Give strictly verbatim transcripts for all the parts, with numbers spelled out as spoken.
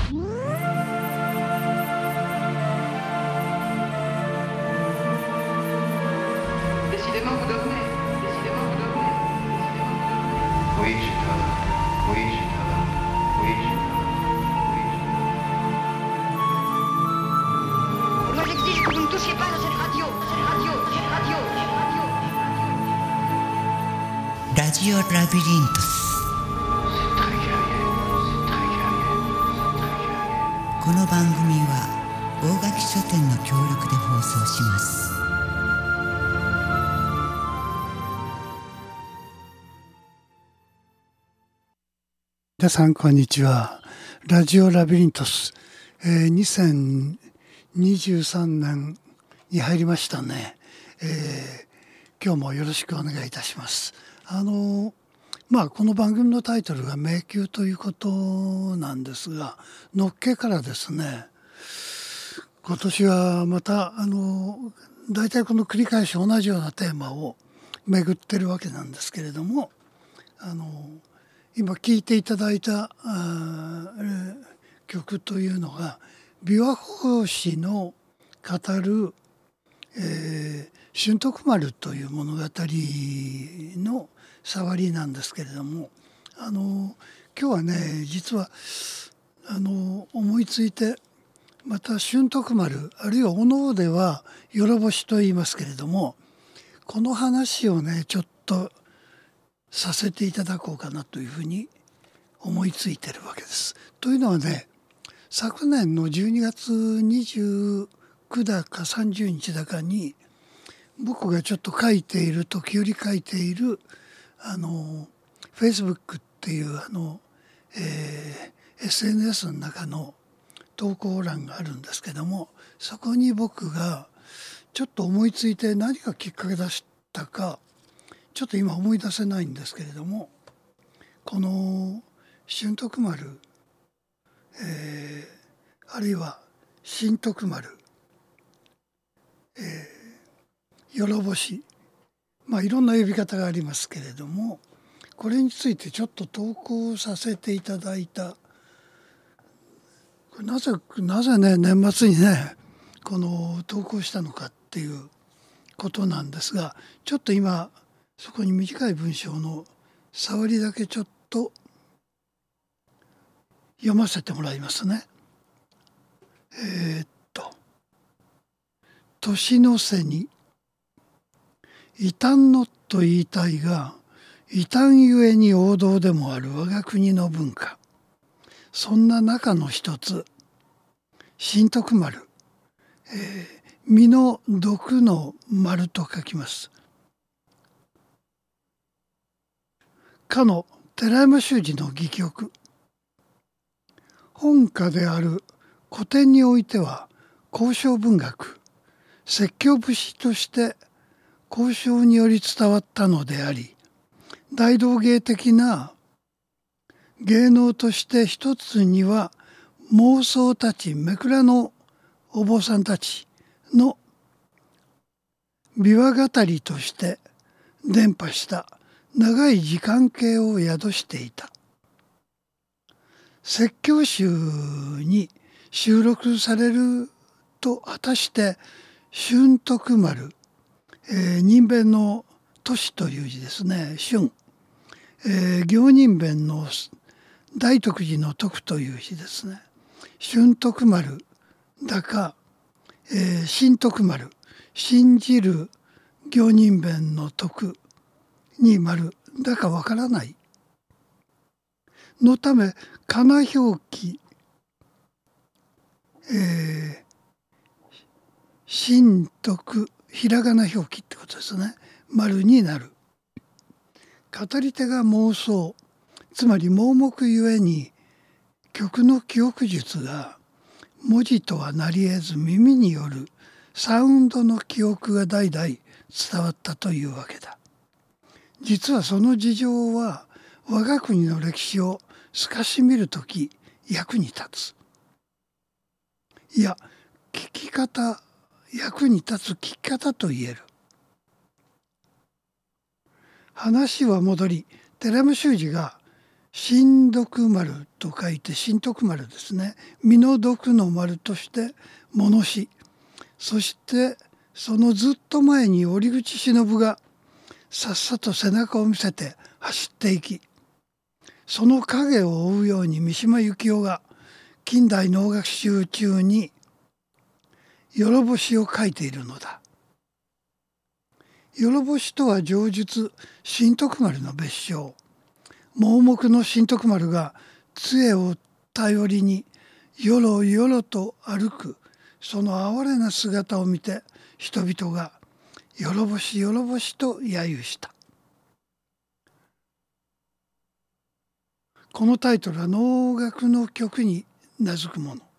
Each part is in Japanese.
Décidément vous dormez, décidément vous dormez, décidément vous dormez. Oui, je dors, oui, je dors, oui, je dors, oui, je dors. Moi j'exige que vous ne touchiez pas à cette radio, cette radio, cette radio, cette radio. ラジオラビリントス。この番組は大垣書店の協力で放送します。 皆さんこんにちは。ラジオラビリントス、えー、にせんにじゅうさんねんに入りましたね、えー、今日もよろしくお願いいたします。あのまあこの番組のタイトルが迷宮ということなんですが、のっけからですね、今年はまたあの大体この繰り返し同じようなテーマを巡ってるわけなんですけれども、あの今聴いていただいた曲というのが琵琶法師の語る、えー、俊徳丸という物語の触りなんですけれども、あの今日はね実はあの思いついてまた俊徳丸あるいはお能ではよろぼしと言いますけれども、この話をねちょっとさせていただこうかなというふうに思いついてるわけです。というのはね、昨年のじゅうにがつにじゅうくだかさんじゅうにちだかに僕がちょっと書いている時折書いているあの Facebook っていうあの、えー、エスエヌエス の中の投稿欄があるんですけども、そこに僕がちょっと思いついて何がきっかけ出したかちょっと今思い出せないんですけれども、この俊徳丸、えー、あるいは新徳丸、えー、よろぼし、まあいろんな呼び方がありますけれども、これについてちょっと投稿させていただいた。これなぜなぜね年末にねこの投稿したのかっていうことなんですが、ちょっと今そこに短い文章の触りだけちょっと読ませてもらいますね。えー、っと年の瀬に異端のと言いたいが、異端ゆえに王道でもある我が国の文化、そんな中の一つ新徳丸、えー、身の毒の丸と書きます。かの寺山修司の戯曲、本家である古典においては交渉文学、説教節として交渉により伝わったのであり、大道芸的な芸能として一つには妄想たちめくらのお坊さんたちの琵琶語りとして伝播した長い時間系を宿していた。説教集に収録されると果たして俊徳丸、えー、人弁の年という字ですね、俊、えー、行人弁の大徳寺の徳という字ですね。俊徳丸だか、えー、新徳丸、信じる行人弁の徳に丸だかわからないのため、かな表記、えー、新徳ひらがな表記ってことですね、丸になる。語り手が妄想、つまり盲目ゆえに曲の記憶術が文字とはなり得ず、耳によるサウンドの記憶が代々伝わったというわけだ。実はその事情は我が国の歴史を透かし見るとき役に立つ。いや、聞き方、役に立つ聞き方と言える。話は戻り、寺山修司が新徳丸と書いて新徳丸ですね。身の毒の丸として物師、そしてそのずっと前に折口忍がさっさと背中を見せて走っていき、その影を追うように三島由紀夫が近代能楽集中によろぼしを書いているのだ。よろぼしとは上述新徳丸の別称。盲目の新徳丸が杖を頼りによろよろと歩くその哀れな姿を見て人々がよろぼしよろぼしと揶揄した。このタイトルは能楽の曲に名付くもの。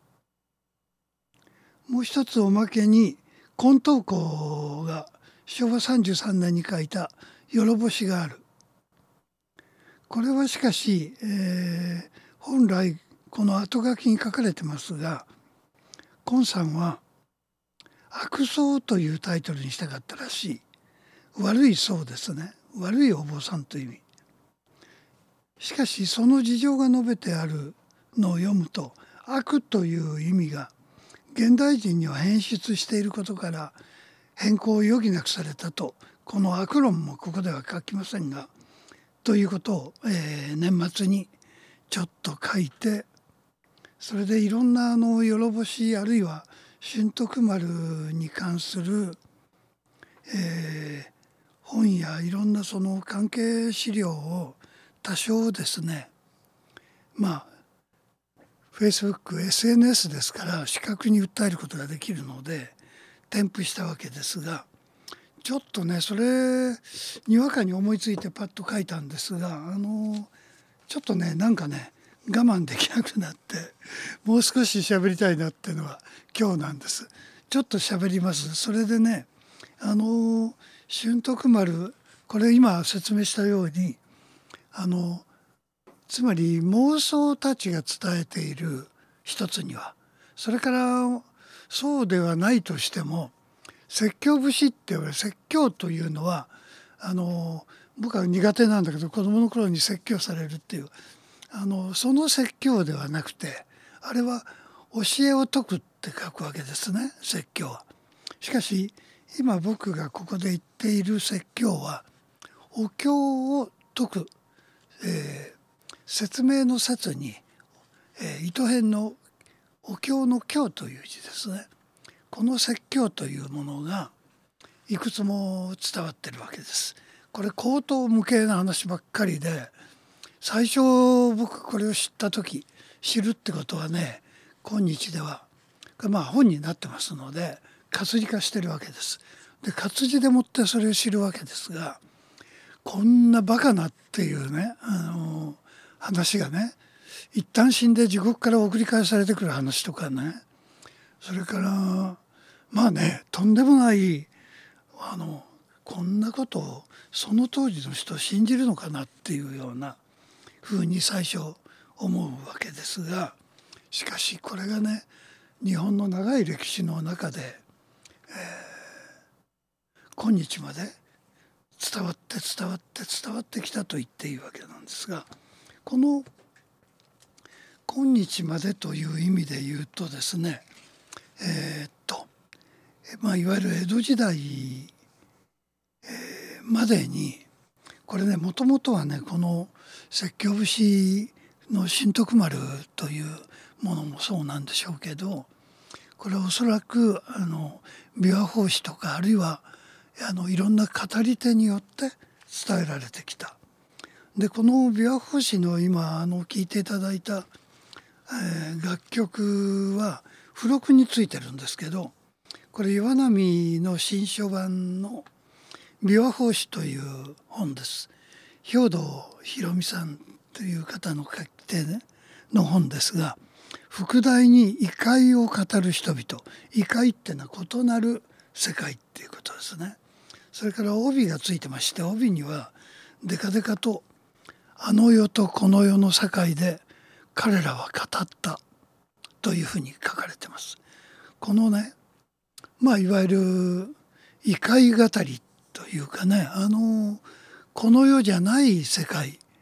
もう一つおまけに金東公がしょうわさんじゅうさんねんに書いたよろぼしがある。これはしかし、えー、本来この後書きに書かれてますが、金さんは悪僧というタイトルにしたかったらしい。悪い僧ですね。悪いお坊さんという意味。しかしその事情が述べてあるのを読むと、悪という意味が現代人には変質していることから変更を余儀なくされたと、この悪論もここでは書きませんが、ということを、えー、年末にちょっと書いて、それでいろんなあのよろぼしあるいは新徳丸に関する、えー、本やいろんなその関係資料を多少ですね、まあフェイスブック エスエヌエス ですから視覚に訴えることができるので添付したわけですが、ちょっとねそれにわかに思いついてパッと書いたんですが、あのちょっとねなんかね我慢できなくなってもう少し喋りたいなっていうのは今日なんです。ちょっと喋ります。それでね、あの新徳丸、これ今説明したように、あのつまり妄想たちが伝えている一つには、それからそうではないとしても説教節って言われる説教というのは、あの僕は苦手なんだけど子供の頃に説教されるっていう、あのその説教ではなくて、あれは教えを説くって書くわけですね、説教は。しかし今僕がここで言っている説教はお経を説く、えー説明の説に、えー、糸辺のお経の経という字ですね。この説教というものがいくつも伝わってるわけです。これ口頭無形な話ばっかりで、最初僕これを知った時、知るってことはね、今日ではまあ本になってますので活字化してるわけです。で活字でもってそれを知るわけですが、こんなバカなっていうね、あの話がね、一旦死んで地獄から送り返されてくる話とかね、それからまあね、とんでもないあのこんなことをその当時の人信じるのかなっていうようなふうに最初思うわけですが、しかしこれがね日本の長い歴史の中で、えー、今日まで伝わって伝わって伝わってきたと言っていいわけなんですが、この今日までという意味で言うとですね、えー、っと、まあ、いわゆる江戸時代、えー、までにこれね、もともとはねこの説教節の新徳丸というものもそうなんでしょうけど、これはおそらくあの琵琶法師とかあるいはあのいろんな語り手によって伝えられてきた。でこの琵琶法師の今あの聴いていただいた、えー、楽曲は付録についてるんですけど、これ岩波の新書版の琵琶法師という本です。兵藤博美さんという方の書き手の本ですが、副題に異界を語る人々、異界っていうのは異なる世界っていうことですね。それから帯がついてまして、帯にはデカデカとあの世とこの世の境で彼らは語ったというふうに書かれてます。このね、まあいわゆる異界語りというかね、あのこの世じゃない世界、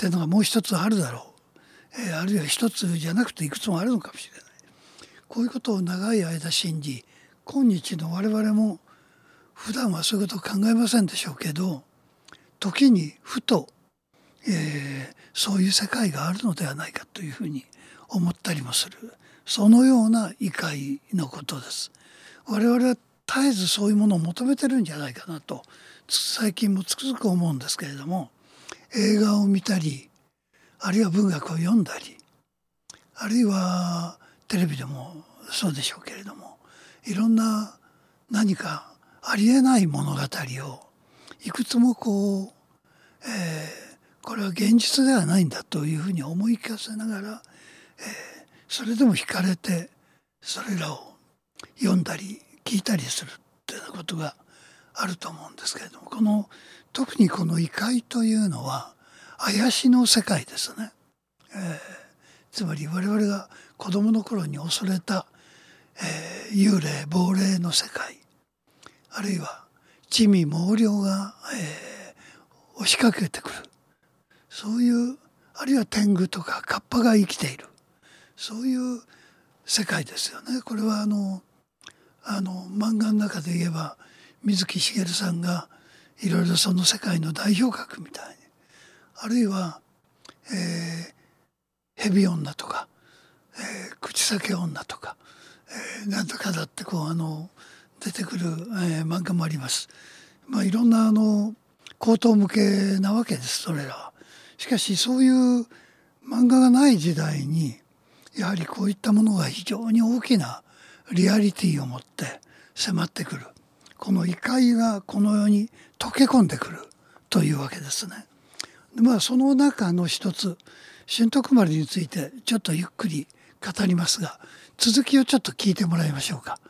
っていうのがもう一つあるだろう、えー、あるいは一つじゃなくていくつもあるのかもしれない。こういうことを長い間信じ、今日の我々も普段はそういうことを考えませんでしょうけど、時にふと、えー、そういう世界があるのではないかというふうに思ったりもする、そのような異界のことです。我々は絶えずそういうものを求めてるんじゃないかなと最近もつくづく思うんですけれども、映画を見たり、あるいは文学を読んだり、あるいはテレビでもそうでしょうけれども、いろんな何かありえない物語をいくつもこう、えー、これは現実ではないんだというふうに思い聞かせながら、えー、それでも惹かれてそれらを読んだり聞いたりするというようなことがあると思うんですけれども、この特にこの異界というのは怪しの世界ですね。えー、つまり我々が子供の頃に恐れた、えー、幽霊亡霊の世界、あるいは魑魅魍魎が、えー、押しかけてくる、そういう、あるいは天狗とか河童が生きている、そういう世界ですよね。これはあのあの漫画の中で言えば水木しげるさんがいろいろその世界の代表格みたいに、あるいは、えー、蛇女とか、えー、口裂け女とか、えー、なんとかだってこうあの出てくる、えー、漫画もあります。まあいろんなあの高等向けなわけです、それらは。しかしそういう漫画がない時代にやはりこういったものが非常に大きなリアリティを持って迫ってくる、この異界がこの世に溶け込んでくるというわけですね。でまあその中の一つ、神徳丸についてちょっとゆっくり語りますが、続きをちょっと聞いてもらいましょうか。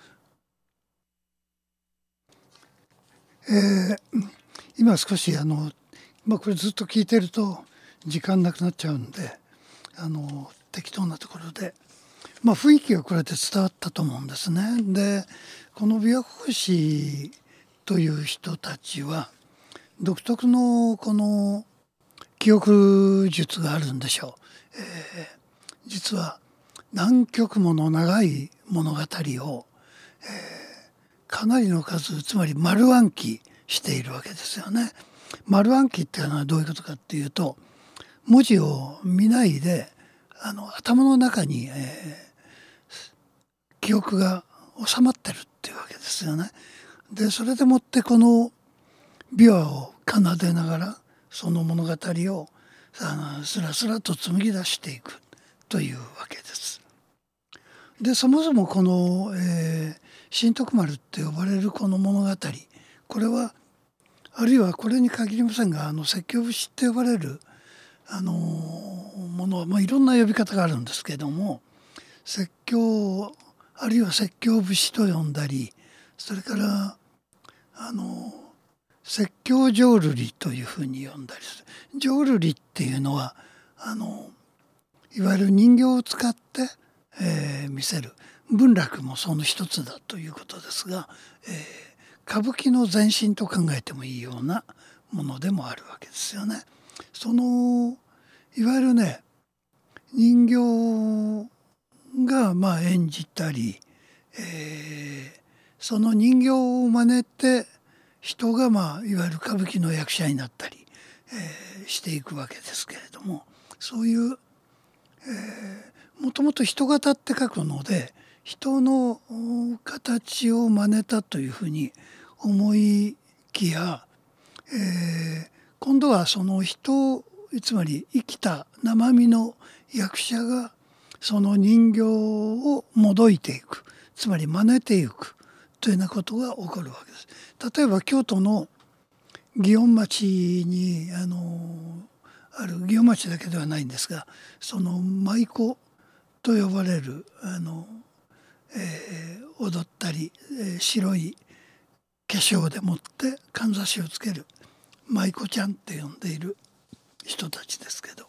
えー、今少しあの、まあ、これずっと聞いてると時間なくなっちゃうんで、あの適当なところで、まあ、雰囲気がこれで伝わったと思うんですね。でこの琵琶湖師という人たちは独特のこの記憶術があるんでしょう。えー、実は何曲もの長い物語を、えー、かなりの数、つまり丸暗記しているわけですよね。丸暗記っていうのはどういうことかっていうと、文字を見ないであの頭の中に、えー、記憶が収まってるっていうわけですよね。でそれでもってこの琵琶を奏でながらその物語をあのスラスラと紡ぎ出していくというわけです。でそもそもこの、えー、神徳丸って呼ばれるこの物語、これはあるいはこれに限りませんが、あの説教節って呼ばれるあのものは、まあ、いろんな呼び方があるんですけども、説教あるいは説教節と呼んだり、それからあの説教浄瑠璃というふうに呼んだりする。浄瑠璃っていうのはあのいわゆる人形を使って、えー、見せる、文楽もその一つだということですが、えー、歌舞伎の前身と考えてもいいようなものでもあるわけですよね。そのいわゆるね、人形がまあ演じたり、えー、その人形を真似て人がまあいわゆる歌舞伎の役者になったり、えー、していくわけですけれども、そういう、えー、もともと人型って書くので人の形を真似たというふうに思いきや、えー、今度はその人、つまり生きた生身の役者がその人形をもどいていく、つまり真似ていくというようなことが起こるわけです。例えば京都の祇園町にあのある、祇園町だけではないんですが、その舞妓と呼ばれるあの、えー、踊ったり、えー、白い化粧でもってかんざしをつける舞妓ちゃんって呼んでいる人たちですけど、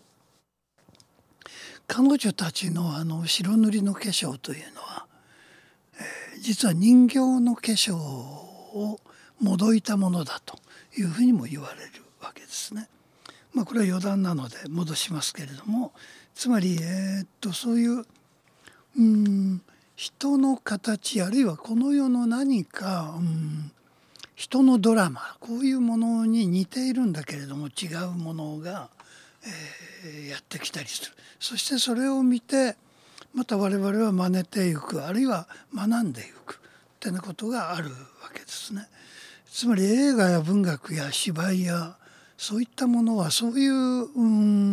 彼女たちのあの白塗りの化粧というのは、えー、実は人形の化粧をもどいたものだというふうにも言われるわけですね。 まあこれは余談なので戻しますけれども、つまり、えーっとそういう、うん、人の形あるいはこの世の何か、うん、人のドラマこういうものに似ているんだけれども違うものが、えーやってきたりする。そしてそれを見てまた我々は真似ていくあるいは学んでいくってなことがあるわけですね。つまり映画や文学や芝居やそういったものはそういう、うん、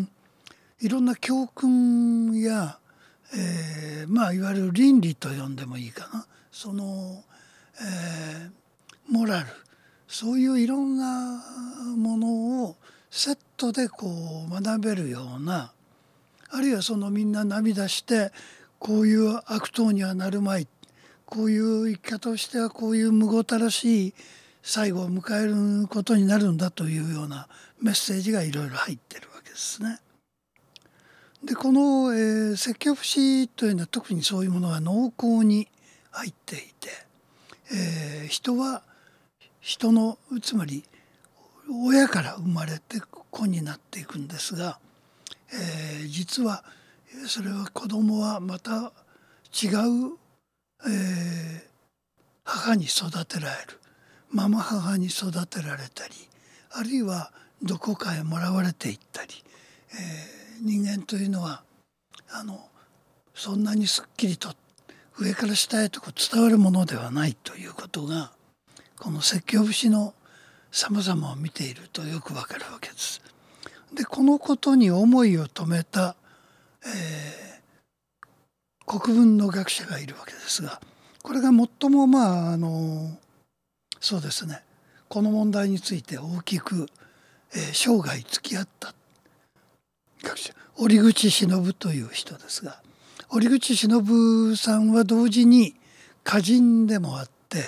いろんな教訓や、えーまあいわゆる倫理と呼んでもいいかな、その、えーモラルそういういろんなものをセットでこう学べるような、あるいはそのみんな涙してこういう悪党にはなるまい、こういう生き方をしてはこういうむごたらしい最後を迎えることになるんだというようなメッセージがいろいろ入ってるわけですね。でこの、えー、説教節というのは特にそういうものが濃厚に入っていて、えー人は人のつまり親から生まれて子になっていくんですが、えー実はそれは子供はまた違う、えー母に育てられる、ママ母に育てられたり、あるいはどこかへもらわれていったり、えー人間というのはあのそんなにすっきりと上から下へとこう伝わるものではないということがこの説教節のさまざまを見ているとよくわかるわけです。でこのことに思いを止めた、えー国文の学者がいるわけですが、これが最もまああのそうですねこの問題について大きく、えー生涯付き合った学者折口忍という人ですが、折口忍さんは同時に歌人でもあって、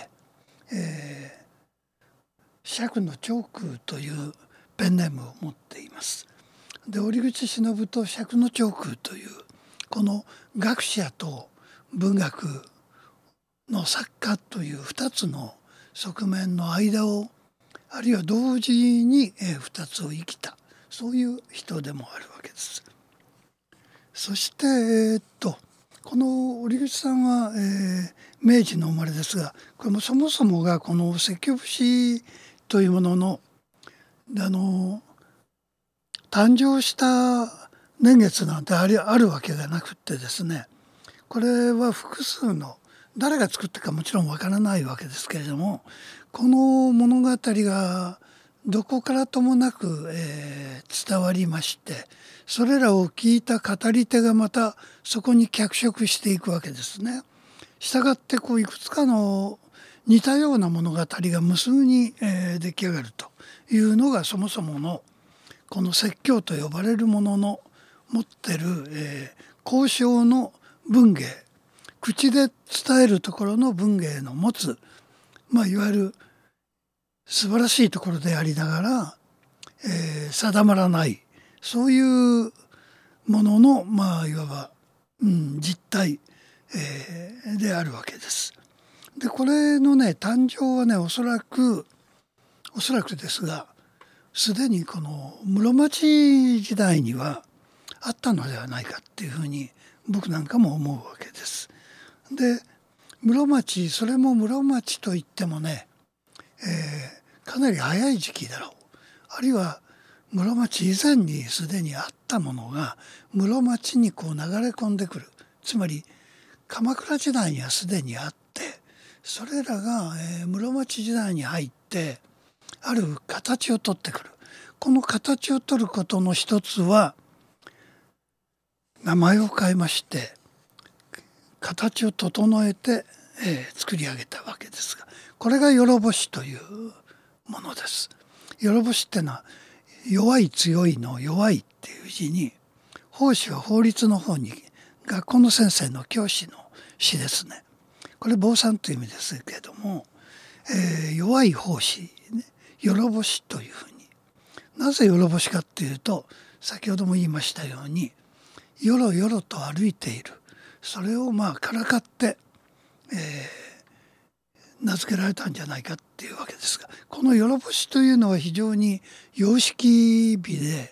えー、釈の長空というペンネームを持っています。で折口忍と釈の長空というこの学者と文学の作家という二つの側面の間をあるいは同時に二つを生きたそういう人でもあるわけです。そして、えー、っとこの折口さんは、えー、明治の生まれですが、これもそもそもがこの説教節というもののあの誕生した年月なんてありあるわけがなくってですね、これは複数の誰が作ったかもちろんわからないわけですけれども、この物語がどこからともなく、えー伝わりまして、それらを聞いた語り手がまたそこに脚色していくわけですね。したがってこういくつかの似たような物語が無数に、えー出来上がるというのがそもそものこの説教と呼ばれるものの持ってる、えー高尚の文芸、口で伝えるところの文芸の持つ、まあ、いわゆる素晴らしいところでありながら、えー定まらないそういうもののまあいわば、うん、実態、えーであるわけです。でこれのね誕生はねおそらくおそらくですがすでにこの室町時代にはあったのではないかっていうふうに僕なんかも思うわけです。で室町それも室町といってもね、えーかなり早い時期だろう、あるいは室町以前にすでにあったものが室町にこう流れ込んでくる、つまり鎌倉時代にはすでにあって、それらが、えー室町時代に入ってある形を取ってくる。この形を取ることの一つは名前を変えまして形を整えて、えー作り上げたわけですが、これがよろぼしというものです。よろぼしってのは弱い強いの弱いっていう字に、法師は法律の方に学校の先生の教師の師ですね。これ坊さんという意味ですけれども、えー弱い法師、ね、よろぼしというふうに。なぜよろぼしかっていうと先ほども言いましたようによろよろと歩いている、それをまあからかって、えー名付けられたんじゃないかっていうわけですが、このよろぼしというのは非常に様式美で、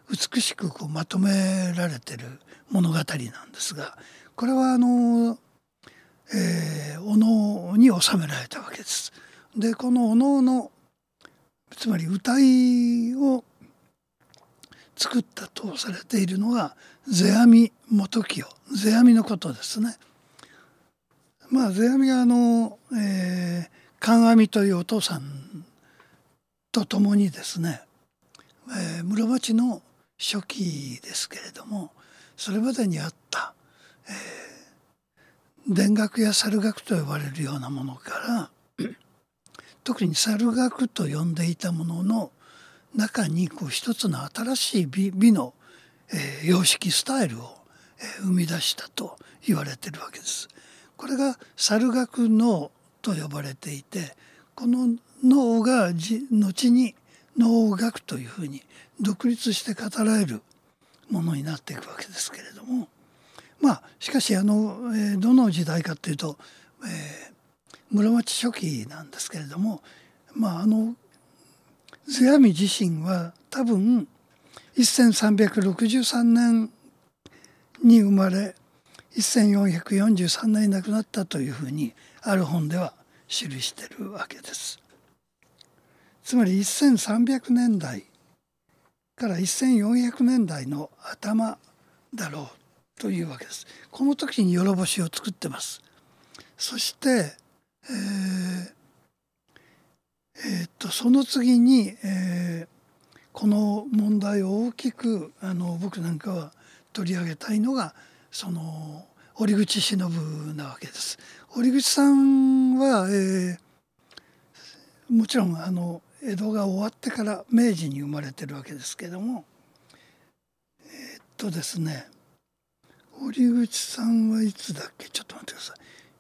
美しくこうまとめられてる物語なんですが、これはあの、えー、お能に収められたわけです。でこのお能のつまり謡を作ったとされているのが世阿弥元清、世阿弥のことですね。まあ世阿弥はあの、えー、観阿弥というお父さんと共にですね、えー、室町の初期ですけれども、それまでにあった、えー、田楽や猿楽と呼ばれるようなものから特に猿楽と呼んでいたものの中にこう一つの新しい 美, 美の、えー、様式スタイルを、えー、生み出したと言われているわけです。これが猿楽能と呼ばれていて、この能が後に能楽というふうに独立して語られるものになっていくわけですけれども、まあしかしあの、えー、どの時代かというと、えー、室町初期なんですけれども、まああの世阿弥自身は多分せんさんびゃくろくじゅうさんねんに生まれせんよんひゃくよんじゅうさんねんに亡くなったというふうにある本では記しているわけです。つまりせんさんびゃくねんだいからせんよんひゃくねんだいの頭だろうというわけです。この時に夜星を作ってます。そして、えーえー、っとその次に、えー、この問題を大きくあの僕なんかは取り上げたいのがその折口忍なわけです。折口さんは、えー、もちろんあの江戸が終わってから明治に生まれてるわけですけれども、えー、っとですね折口さんはいつだっけ、ちょっと待ってください。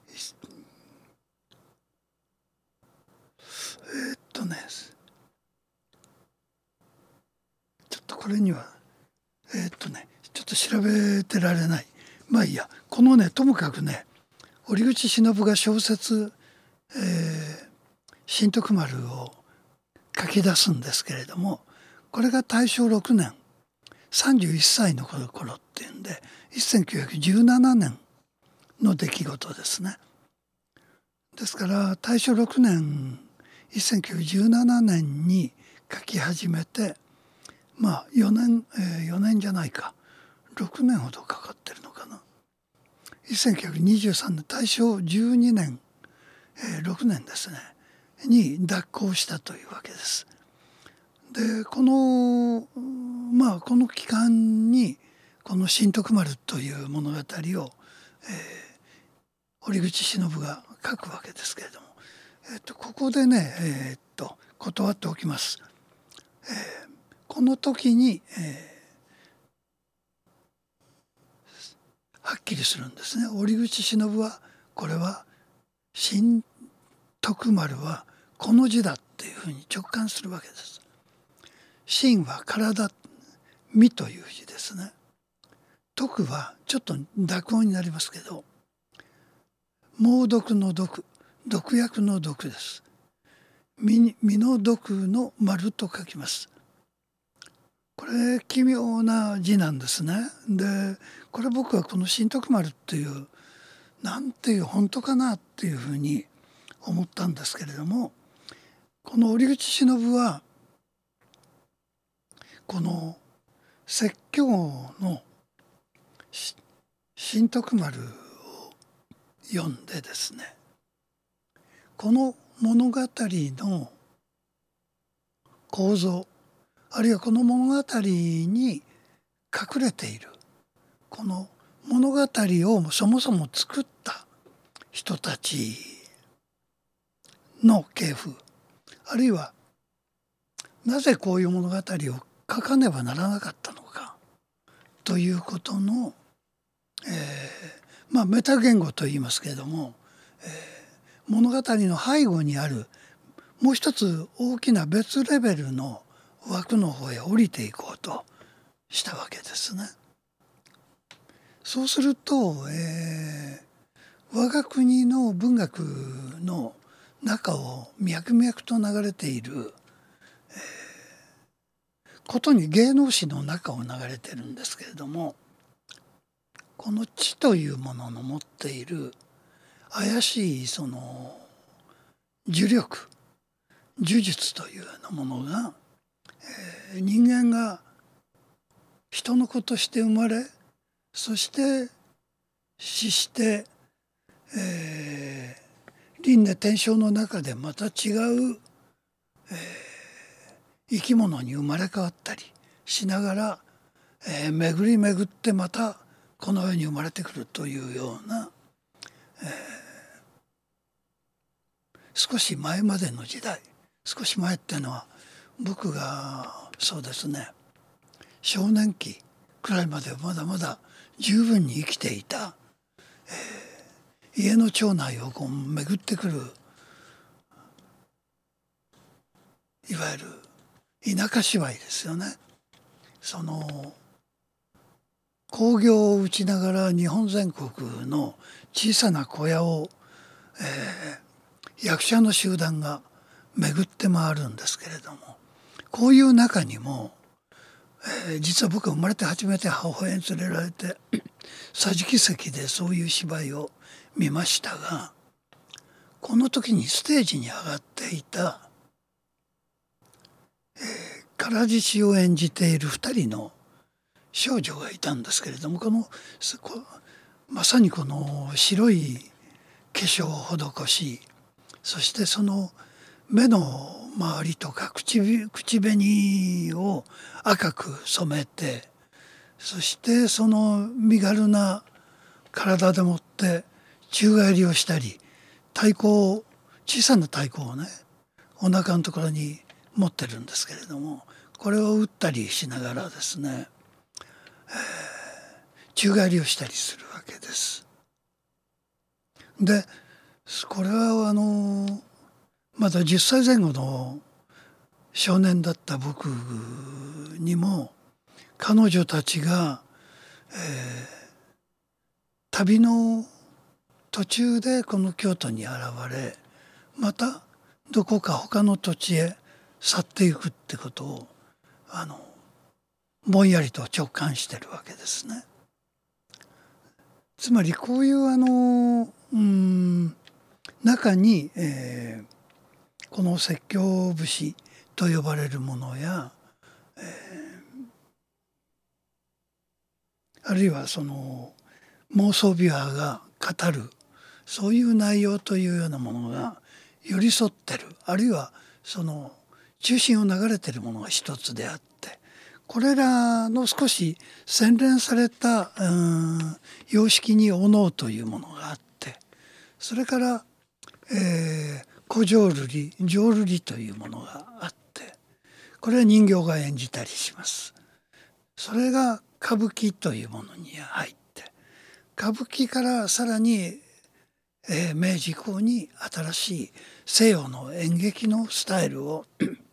えー、っとねちょっとこれにはえー、っとねちょっと調べてられない。まあいいや、このねともかくね折口忍が小説、えー、新徳丸を書き出すんですけれども、これが大正ろくねんさんじゅういっさいの頃っていうんでせんきゅうひゃくじゅうななねんの出来事ですね。ですから大正ろくねんせんきゅうひゃくじゅうななねんに書き始めて、まあよねん、えー、よねんじゃないかろくねんほどかかってるのかな。せんきゅうひゃくにじゅうさんねん大正じゅうにねん、えー、ろくねんですねに脱稿したというわけです。でこのまあこの期間にこの新徳丸という物語を、えー、折口忍が書くわけですけれども、えー、とここでね、えー、っと断っておきます。えー、この時に、えーはっきりするんですね。折口忍はこれは新徳丸はこの字だっていうふうに直感するわけです。新は体、身という字ですね。徳はちょっと濁音になりますけど、猛毒の毒、毒薬の毒です。身の毒の丸と書きます。これ奇妙な字なんですね。でこれ僕はこの新徳丸っていうなんていう本当かなっていうふうに思ったんですけれども、この折口忍はこの説教の新徳丸を読んでですね、この物語の構造あるいはこの物語に隠れているこの物語をそもそも作った人たちの系譜、あるいはなぜこういう物語を書かねばならなかったのかということの、えー、まあメタ言語と言いますけれども、えー、物語の背後にあるもう一つ大きな別レベルの枠の方へ降りていこうとしたわけですね。そうすると、えー、我が国の文学の中を脈々と流れている、えー、 ことに芸能史の中を流れてるんですけれども、この知というものの持っている怪しいその呪力、呪術というようなものが、えー、人間が人の子として生まれ、そして死して、えー、輪廻転生の中でまた違う、えー、生き物に生まれ変わったりしながら、えー、巡り巡ってまたこの世に生まれてくるというような、えー、少し前までの時代、少し前っていうのは僕がそうですね少年期くらいまではまだまだ十分に生きていた、えー、家の町内をこう巡ってくるいわゆる田舎芝居ですよね。その興行を打ちながら日本全国の小さな小屋を、えー、役者の集団が巡って回るんですけれども、こういう中にも、えー、実は僕は生まれて初めて母親に連れられて桟敷席でそういう芝居を見ましたが、この時にステージに上がっていた、えー、唐獅子を演じている二人の少女がいたんですけれども、このまさにこの白い化粧を施し、そしてその目の周りとか 口, 口紅を赤く染めて、そしてその身軽な体でもって宙返りをしたり、太鼓を小さな太鼓をねお腹のところに持ってるんですけれども、これを打ったりしながらですね、えー、宙返りをしたりするわけです。でこれはあのまだじゅっさいぜん後の少年だった僕にも、彼女たちが、えー、旅の途中でこの京都に現れ、またどこか他の土地へ去っていくってことをあのぼんやりと直感してるわけですね。つまりこういうあのうん中に、えーこの説教節と呼ばれるものや、えー、あるいはその妄想琵琶が語るそういう内容というようなものが寄り添ってる、あるいはその中心を流れているものが一つであって、これらの少し洗練されたうん様式にお能というものがあって、それから、えー小浄瑠璃、浄瑠璃というものがあって、これは人形が演じたりします。それが歌舞伎というものに入って、歌舞伎からさらに、えー、明治以降に新しい西洋の演劇のスタイルを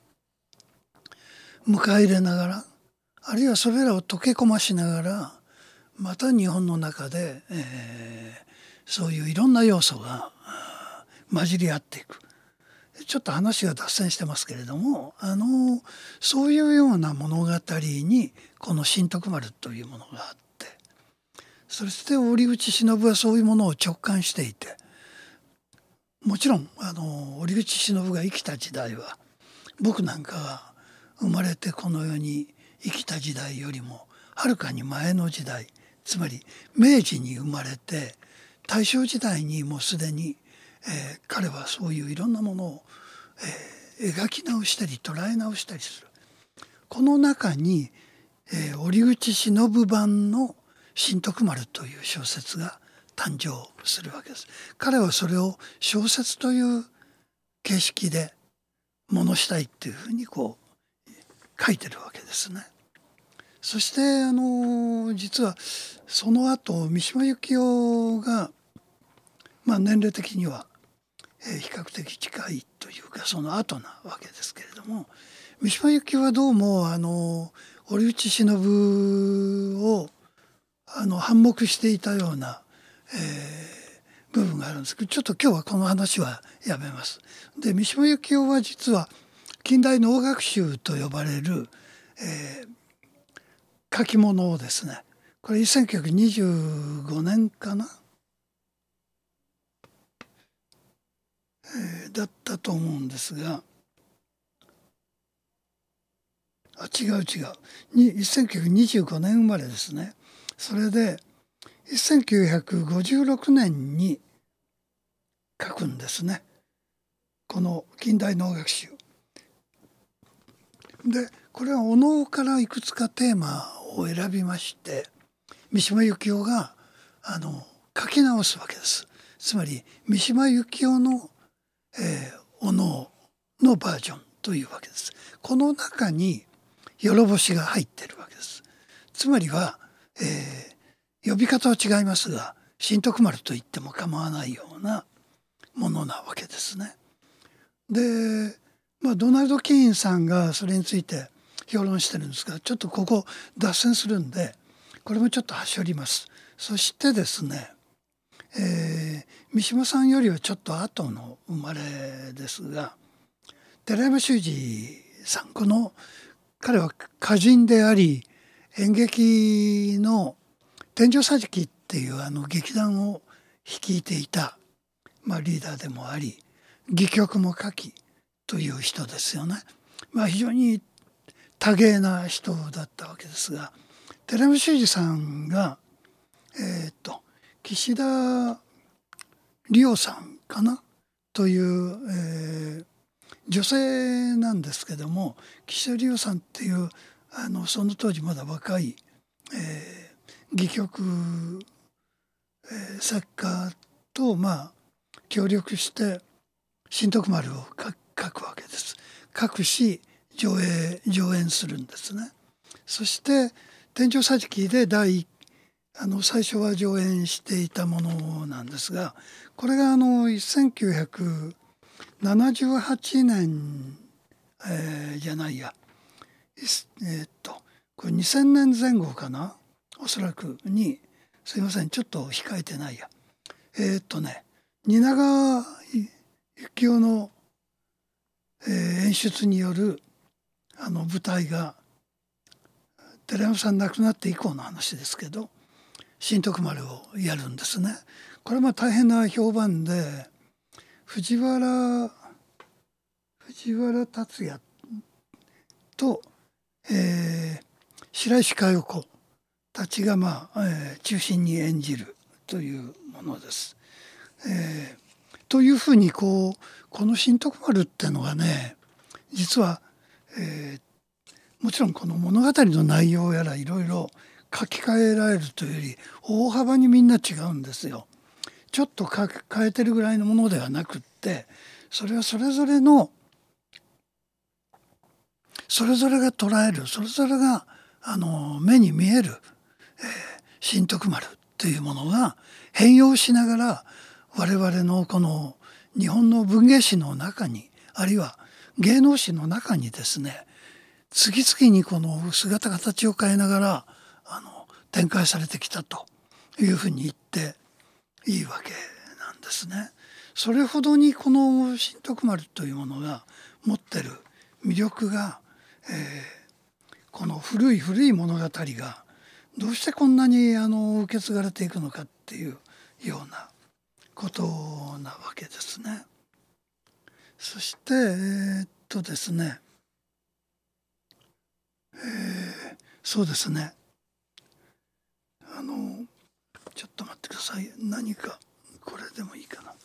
迎え入れながら、あるいはそれらを溶け込ましながら、また日本の中で、えー、そういういろんな要素が混じり合っていく。ちょっと話が脱線してますけれども、あのそういうような物語にこの新徳丸というものがあって、そして折口忍はそういうものを直感していて、もちろんあの折口忍が生きた時代は僕なんかが生まれてこの世に生きた時代よりもはるかに前の時代、つまり明治に生まれて大正時代にもうすでにえー、彼はそういういろんなものを、えー、描き直したり捉え直したりする。この中に、えー、折口忍版の新徳丸という小説が誕生するわけです。彼はそれを小説という形式で物したいっていうふうにこう書いてるわけですね。そしてあの実はその後三島由紀夫がまあ年齢的には比較的近いというかその後なわけですけれども、三島由紀夫はどうもあの折口忍をあの反目していたような、えー、部分があるんですけど、ちょっと今日はこの話はやめます。で三島由紀夫は実は近代能楽集と呼ばれる、 えー、書き物をですね、これせんきゅうひゃくにじゅうごねんかな、えー、だったと思うんですが、あ違う違うにせんきゅうひゃくにじゅうごねん生まれですね。それでせんきゅうひゃくごじゅうろくねんに書くんですね、この近代能楽集で。これはお能からいくつかテーマを選びまして、三島由紀夫があの書き直すわけです。つまり三島由紀夫の、えー、お能のバージョンというわけです。この中によろぼしが入っているわけです。つまりは、えー、呼び方は違いますが新徳丸と言っても構わないようなものなわけですね。で、まあ、ドナルド・キーンさんがそれについて評論してるんですが、ちょっとここ脱線するんでこれもちょっと端折ります。そしてですね、えー、三島さんよりはちょっと後の生まれですが、寺山修司さん、この彼は歌人であり演劇の天井桟敷っていうあの劇団を率いていた、まあ、リーダーでもあり戯曲も書きという人ですよね。まあ、非常に多芸な人だったわけですが、寺山修司さんがえー、っと岸田理央さんかなという、えー、女性なんですけども、岸田理央さんっていうあのその当時まだ若い、えー、戯曲、えー、作家とまあ協力して新徳丸を書くわけです。書くし上映上演するんですね。そして天井桟敷で第一あの最初は上演していたものなんですが、これがあのせんきゅうひゃくななじゅうはちねん、えー、じゃないやえー、っとこれにせんねんぜん後かな、おそらくに、すいませんちょっと控えてないやえー、っとね蜷川幸雄の、えー、演出によるあの舞台が寺山さん亡くなって以降の話ですけど新徳丸をやるんですね。これは大変な評判で、藤原藤原竜也と、えー、白石佳代子たちが、まあえー、中心に演じるというものです。えー、というふうにこうこの新徳丸っていうのがね、実は、えー、もちろんこの物語の内容やらいろいろ書き換えられるというより大幅にみんな違うんですよ。ちょっと書き換えてるぐらいのものではなくって、それはそれぞれのそれぞれが捉える、それぞれがあの目に見える、えー、新徳丸というものが変容しながら我々のこの日本の文芸史の中に、あるいは芸能史の中にですね、次々にこの姿形を変えながらあの展開されてきたというふうに言っていいわけなんですね。それほどにこの新徳丸というものが持ってる魅力が、えー、この古い古い物語がどうしてこんなにあの受け継がれていくのかっていうようなことなわけですね。そしてえー、っとですね、えー、そうですねあのちょっと待ってください。何かこれでもいいかな。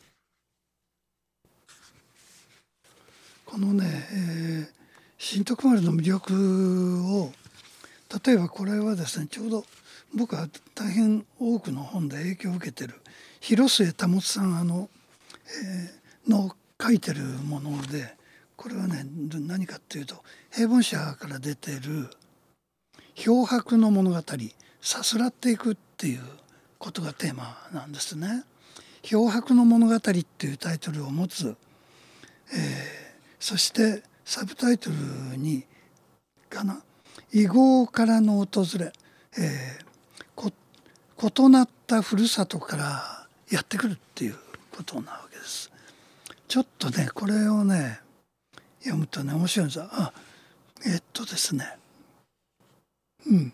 このね、えー、新徳丸の魅力を、例えばこれはですね、ちょうど僕は大変多くの本で影響を受けてる広末保さんあの、えー、の書いてるもので、これはね何かっていうと平凡社から出てる漂白の物語、さすらっていくっていうことがテーマなんですね。漂白の物語っていうタイトルを持つ、えー、そしてサブタイトルにかな、異郷からの訪れ、えー、異なったふるさとからやってくるっていうことなわけです。ちょっとねこれをね読むとね面白いんです。あ、 えっとですねうん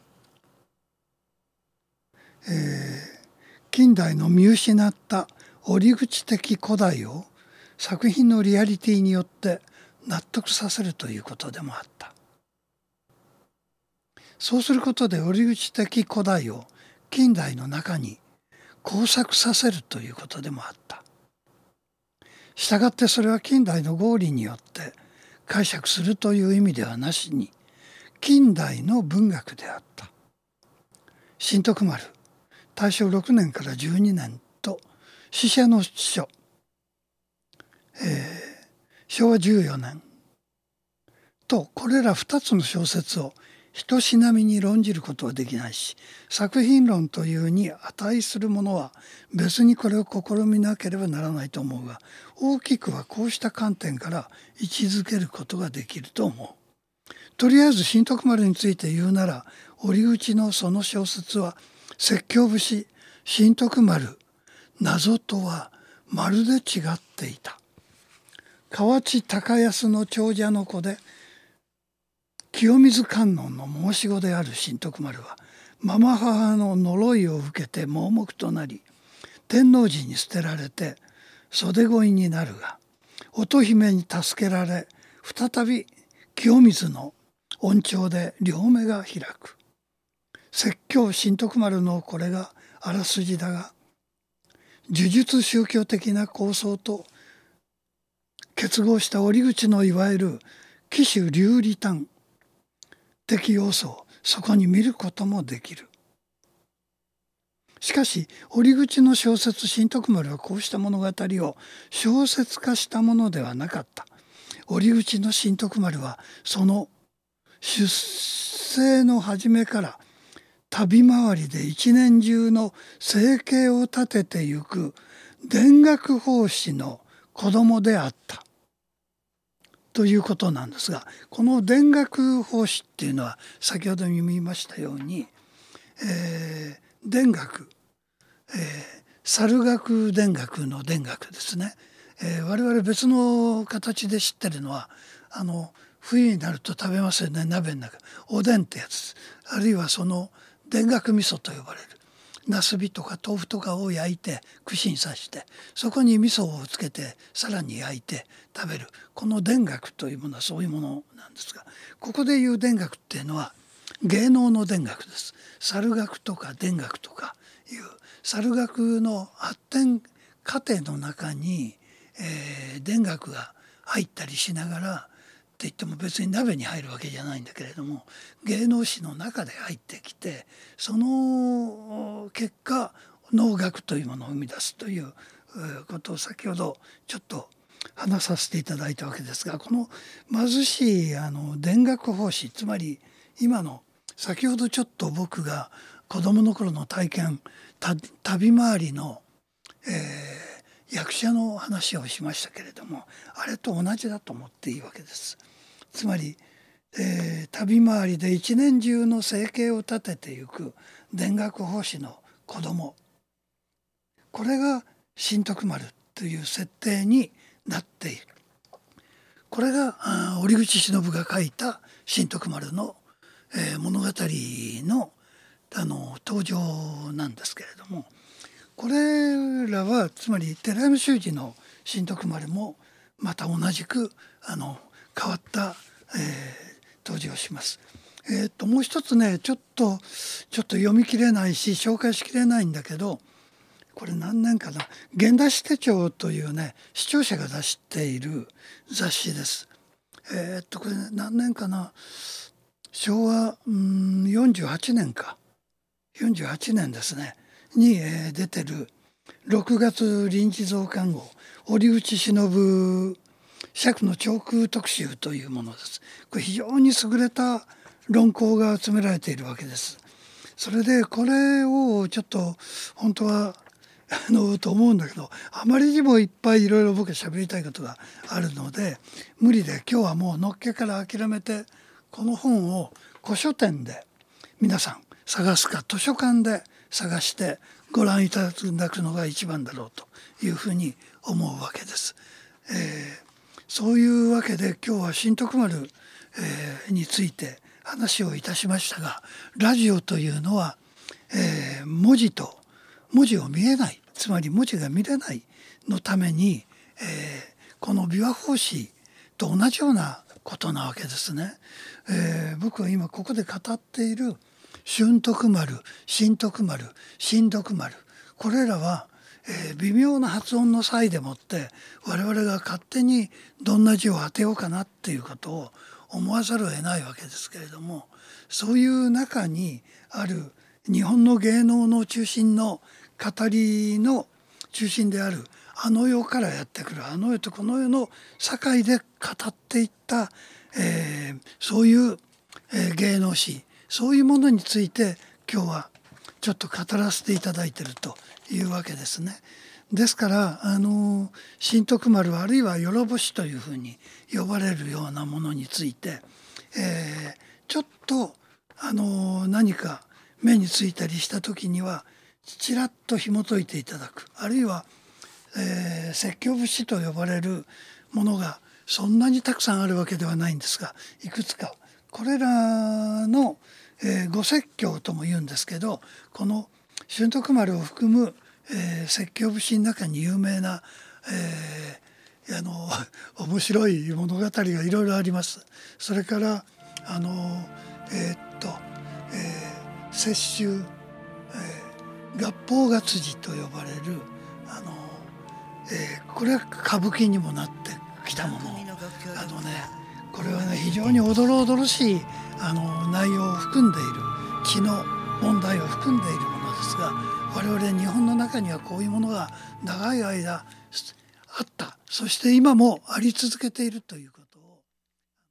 えー、近代の見失った折口的古代を作品のリアリティによって納得させるということでもあった。そうすることで折口的古代を近代の中に交錯させるということでもあった。したがってそれは近代の合理によって解釈するという意味ではなしに近代の文学であった。新徳丸大正ろくねんからじゅうにねんと死者の書、えー、しょうわじゅうよねんとこれらふたつの小説をひしなみに論じることはできないし、作品論というに値するものは別にこれを試みなければならないと思うが、大きくはこうした観点から位置づけることができると思う。とりあえず新徳丸について言うなら、折口のその小説は説教節新徳丸謎とはまるで違っていた。河内高安の長者の子で清水観音の申し子である新徳丸はママ母の呪いを受けて盲目となり天王寺に捨てられて袖恋になるが、乙姫に助けられ再び清水の恩寵で両目が開く。説教新徳丸のこれがあらすじだが、呪術宗教的な構想と結合した折口のいわゆる紀州流理譚的要素をそこに見ることもできる。しかし折口の小説新徳丸はこうした物語を小説化したものではなかった。折口の新徳丸はその出生の初めから旅回りで一年中の生計を立ててゆく田楽法師の子供であったということなんですが、この田楽法師っていうのは先ほども言いましたように、えー、田楽、えー、猿楽田楽の田楽ですね、えー、我々別の形で知ってるのはあの冬になると食べますよね、鍋の中おでんってやつ、あるいはその田楽味噌と呼ばれるなすびとか豆腐とかを焼いて串に刺してそこに味噌をつけてさらに焼いて食べる、この田楽というものはそういうものなんですが、ここでいう田楽っていうのは芸能の田楽です。猿楽とか田楽とかいう猿楽の発展過程の中に、えー、田楽が入ったりしながらって言っても別に鍋に入るわけじゃないんだけれども、芸能史の中で入ってきてその結果能楽というものを生み出すということを先ほどちょっと話させていただいたわけですが、この貧しいあの田楽法師、つまり今の先ほどちょっと僕が子どもの頃の体験旅回りの、えー役者の話をしましたけれども、あれと同じだと思っていいわけです。つまり、えー、旅回りで一年中の生計を立てていく田楽法師の子供、これが新徳丸という設定になっている。これが折口忍が書いた新徳丸の、えー、物語の、あの登場なんですけれども、これらはつまり寺山修司の新徳丸もまた同じくあの変わった、えー、登場します。えー、ともう一つねちょっとちょっと読み切れないし紹介しきれないんだけど、これ何年かな、現代史手帳というね視聴者が出している雑誌です。えー、っとこれ何年かな、昭和うんよんじゅうはちねんかよんじゅうはちねんですねに、えー、出てるろくがつ臨時増刊号折口忍釈の長空特集というものです。これ非常に優れた論考が集められているわけです。それでこれをちょっと本当はあのと思うんだけど、あまりにもいっぱいいろいろ僕は喋りたいことがあるので無理で、今日はもうのっけから諦めてこの本を古書店で皆さん探すか図書館で探してご覧いただくのが一番だろうというふうに思うわけです。えー、そういうわけで今日は新徳丸、 えー、について話をいたしましたが、ラジオというのは、えー、文字と文字を見えない、つまり文字が見れないのために、えー、この琵琶法師と同じようなことなわけですね。えー、僕は今ここで語っている俊徳丸、新徳丸、新徳丸、これらは、えー、微妙な発音の際でもって我々が勝手にどんな字を当てようかなっていうことを思わざるを得ないわけですけれども、そういう中にある日本の芸能の中心の語りの中心であるあの世からやってくるあの世とこの世の境で語っていった、えー、そういう、えー、芸能史、そういうものについて今日はちょっと語らせていただいているというわけですね。ですからあの新徳丸あるいはよろぼしというふうに呼ばれるようなものについて、えー、ちょっとあの何か目についたりした時にはちらっと紐解いていただく、あるいは、えー、説教節と呼ばれるものがそんなにたくさんあるわけではないんですが、いくつかこれらの、えー、ご説教とも言うんですけど、この俊徳丸を含む、えー、説教節の中に有名な、えー、あの面白い物語がいろいろあります。それからあのえー、っと、えー、雪舟、えー、合法が辻と呼ばれるあの、えー、これは歌舞伎にもなってきたもの、あのねこれはね非常におどろおどろしいあの内容を含んでいる、血の問題を含んでいるものですが、我々日本の中にはこういうものが長い間あった、そして今もあり続けているという。